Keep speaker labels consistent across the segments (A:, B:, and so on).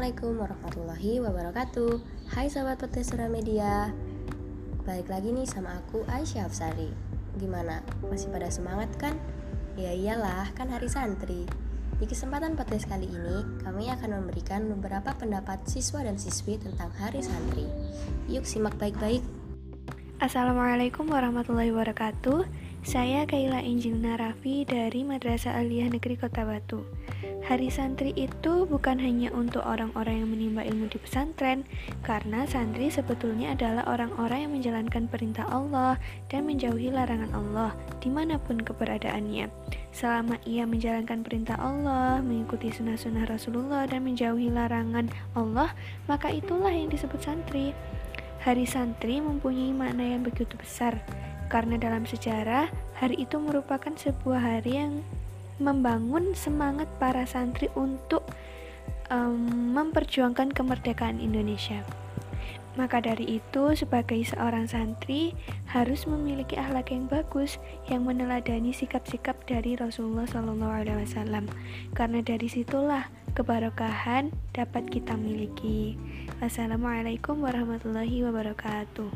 A: Assalamualaikum warahmatullahi wabarakatuh. Hai sahabat podcast Media. Balik lagi nih sama aku Aisyah Hafsari. Gimana? Masih pada semangat kan? Ya iyalah, kan hari santri. Di kesempatan podcast kali ini, kami akan memberikan beberapa pendapat siswa dan siswi tentang hari santri. Yuk simak baik-baik.
B: Assalamualaikum warahmatullahi wabarakatuh. Saya Kaila Injilna Raffi dari Madrasah Aliyah Negeri Kota Batu. Hari santri itu bukan hanya untuk orang-orang yang menimba ilmu di pesantren, karena santri sebetulnya adalah orang-orang yang menjalankan perintah Allah dan menjauhi larangan Allah dimanapun keberadaannya. Selama ia menjalankan perintah Allah, mengikuti sunnah-sunnah Rasulullah dan menjauhi larangan Allah, maka itulah yang disebut santri. Hari santri mempunyai makna yang begitu besar, karena dalam sejarah, hari itu merupakan sebuah hari yang membangun semangat para santri untuk memperjuangkan kemerdekaan Indonesia. Maka dari itu, sebagai seorang santri harus memiliki akhlak yang bagus yang meneladani sikap-sikap dari Rasulullah SAW. Karena dari situlah keberkahan dapat kita miliki. Wassalamualaikum warahmatullahi wabarakatuh.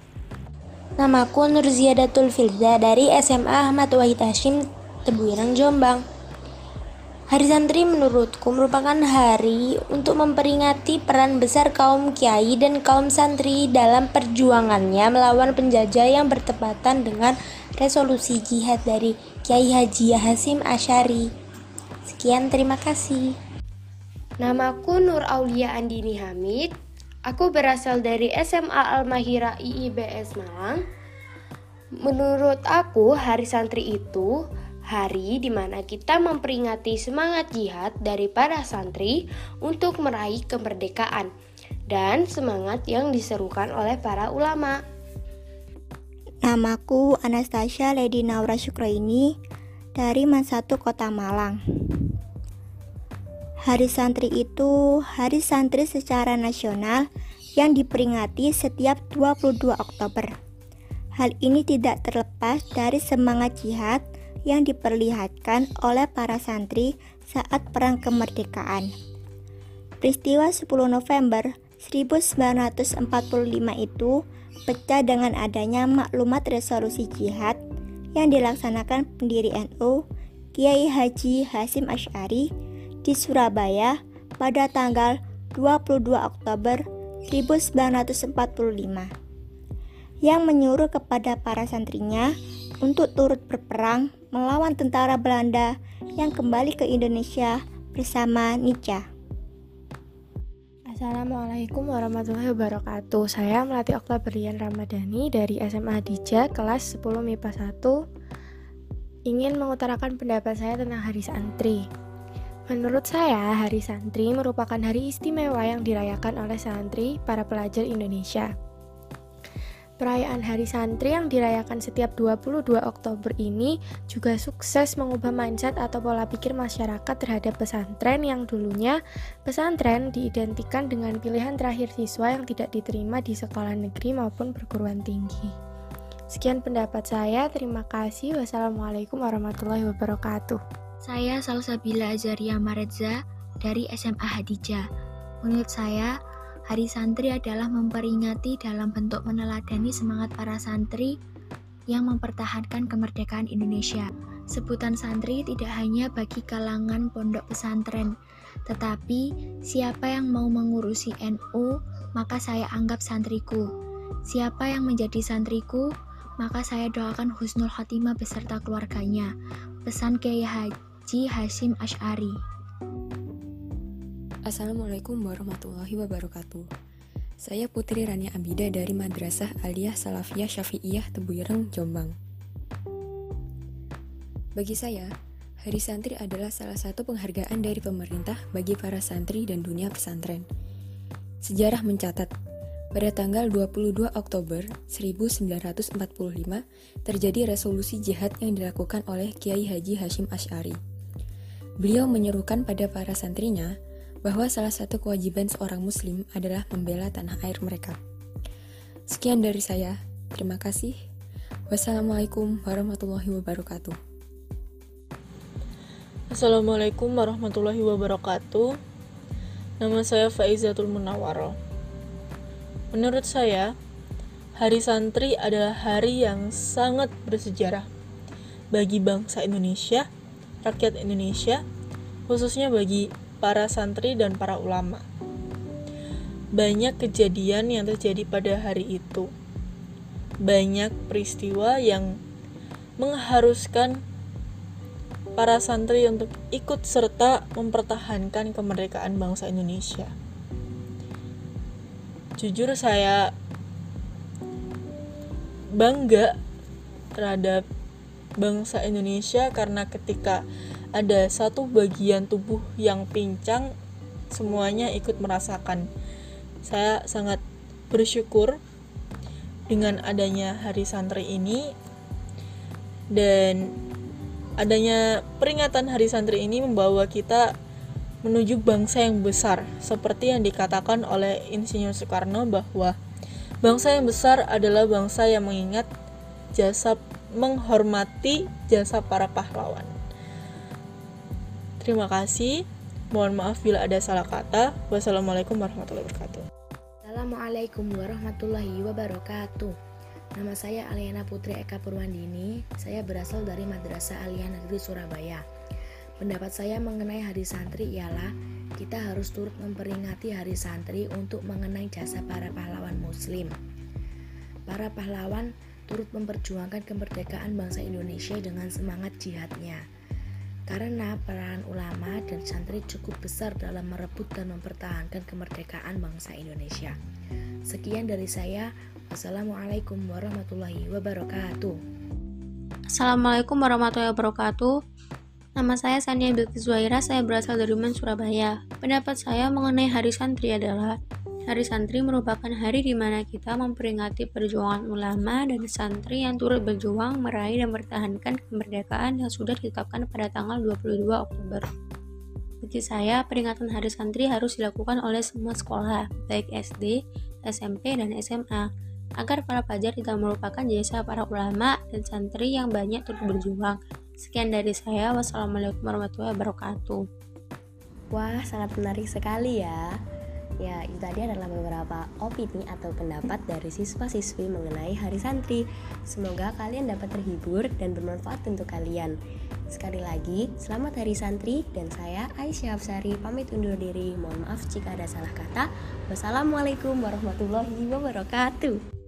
C: Namaku Nurziadatul Filza dari SMA Ahmad Wahid Hashim, Tebuireng, Jombang. Hari santri menurutku merupakan hari untuk memperingati peran besar kaum kiai dan kaum santri dalam perjuangannya melawan penjajah yang bertepatan dengan resolusi jihad dari Kiai Haji Hasyim Asy'ari. Sekian, terima kasih.
D: Namaku Nur Aulia Andini Hamid. Aku berasal dari SMA Al-Mahira IIBS Malang. Menurut aku, hari santri itu hari di mana kita memperingati semangat jihad dari para santri untuk meraih kemerdekaan dan semangat yang diserukan oleh para ulama.
E: Namaku Anastasia Lady Naura Syukraini dari Mansatu Kota Malang. Hari santri itu hari santri secara nasional yang diperingati setiap 22 Oktober. Hal ini tidak terlepas dari semangat jihad yang diperlihatkan oleh para santri saat Perang Kemerdekaan. Peristiwa 10 November 1945 itu pecah dengan adanya maklumat resolusi jihad yang dilaksanakan pendiri NU Kiai Haji Hasyim Asy'ari di Surabaya pada tanggal 22 Oktober 1945 yang menyuruh kepada para santrinya untuk turut berperang melawan tentara Belanda yang kembali ke Indonesia bersama Nica.
F: Assalamualaikum warahmatullahi wabarakatuh. Saya Melati Oktabrian Ramadhani dari SMA Hadijah kelas 10 MIPA 1. Ingin mengutarakan pendapat saya tentang hari santri. Menurut saya, hari santri merupakan hari istimewa yang dirayakan oleh santri para pelajar Indonesia. Perayaan Hari Santri yang dirayakan setiap 22 Oktober ini juga sukses mengubah mindset atau pola pikir masyarakat terhadap pesantren yang dulunya pesantren diidentikan dengan pilihan terakhir siswa yang tidak diterima di sekolah negeri maupun perguruan tinggi. Sekian pendapat saya, terima kasih. Wassalamualaikum warahmatullahi wabarakatuh.
G: Saya Salsabila Azaria Mareza dari SMA Hadijah. Menurut saya, Hari Santri adalah memperingati dalam bentuk meneladani semangat para santri yang mempertahankan kemerdekaan Indonesia. Sebutan santri tidak hanya bagi kalangan pondok pesantren, tetapi siapa yang mau mengurusi NU, maka saya anggap santriku. Siapa yang menjadi santriku, maka saya doakan husnul khotimah beserta keluarganya. Pesan Kiai Haji Hasyim Asy'ari.
H: Assalamualaikum warahmatullahi wabarakatuh. Saya Putri Rania Abida dari Madrasah Aliyah Salafiyah Syafi'iyah Tebuireng, Jombang. Bagi saya, Hari Santri adalah salah satu penghargaan dari pemerintah bagi para santri dan dunia pesantren. Sejarah mencatat, pada tanggal 22 Oktober 1945 terjadi resolusi jihad yang dilakukan oleh Kiai Haji Hasyim Asy'ari. Beliau menyerukan pada para santrinya bahwa salah satu kewajiban seorang muslim adalah membela tanah air mereka. Sekian dari saya, terima kasih. Wassalamualaikum warahmatullahi wabarakatuh.
I: Assalamualaikum warahmatullahi wabarakatuh. Nama saya Faizatul Munawwaroh. Menurut saya, Hari Santri adalah hari yang sangat bersejarah bagi bangsa Indonesia, rakyat Indonesia, khususnya bagi para santri dan para ulama. Banyak kejadian yang terjadi pada hari itu. Banyak peristiwa yang mengharuskan para santri untuk ikut serta mempertahankan kemerdekaan bangsa Indonesia. Jujur saya bangga terhadap bangsa Indonesia karena ketika ada satu bagian tubuh yang pincang, semuanya ikut merasakan. Saya sangat bersyukur dengan adanya Hari Santri ini, dan adanya peringatan Hari Santri ini membawa kita menuju bangsa yang besar, seperti yang dikatakan oleh Insinyur Soekarno bahwa bangsa yang besar adalah bangsa yang menghormati jasa para pahlawan. Terima kasih. Mohon maaf bila ada salah kata. Wassalamualaikum warahmatullahi wabarakatuh.
J: Assalamualaikum warahmatullahi wabarakatuh. Nama saya Aliana Putri Eka Purwandini. Saya berasal dari Madrasah Aliyah Negeri Surabaya. Pendapat saya mengenai Hari Santri ialah kita harus turut memperingati Hari Santri untuk mengenang jasa para pahlawan Muslim. Para pahlawan turut memperjuangkan kemerdekaan bangsa Indonesia dengan semangat jihadnya. Karena peran ulama dan santri cukup besar dalam merebut dan mempertahankan kemerdekaan bangsa Indonesia. Sekian dari saya. Wassalamualaikum warahmatullahi wabarakatuh.
C: Assalamualaikum warahmatullahi wabarakatuh. Nama saya Sania Bilqis Zuhaira, saya berasal dari Man, Surabaya. Pendapat saya mengenai Hari Santri adalah Hari Santri merupakan hari di mana kita memperingati perjuangan ulama dan santri yang turut berjuang meraih dan mempertahankan kemerdekaan yang sudah ditetapkan pada tanggal 22 Oktober. Bagi saya, peringatan Hari Santri harus dilakukan oleh semua sekolah, baik SD, SMP, dan SMA, agar para pelajar tidak melupakan jasa para ulama dan santri yang banyak turut berjuang. Sekian dari saya. Wassalamualaikum warahmatullahi wabarakatuh.
A: Wah, sangat menarik sekali ya. Ya, itu tadi adalah beberapa opini atau pendapat dari siswa-siswi mengenai Hari Santri. Semoga kalian dapat terhibur dan bermanfaat untuk kalian. Sekali lagi, selamat Hari Santri, dan saya Aisyah Hafsari pamit undur diri. Mohon maaf jika ada salah kata. Wassalamualaikum warahmatullahi wabarakatuh.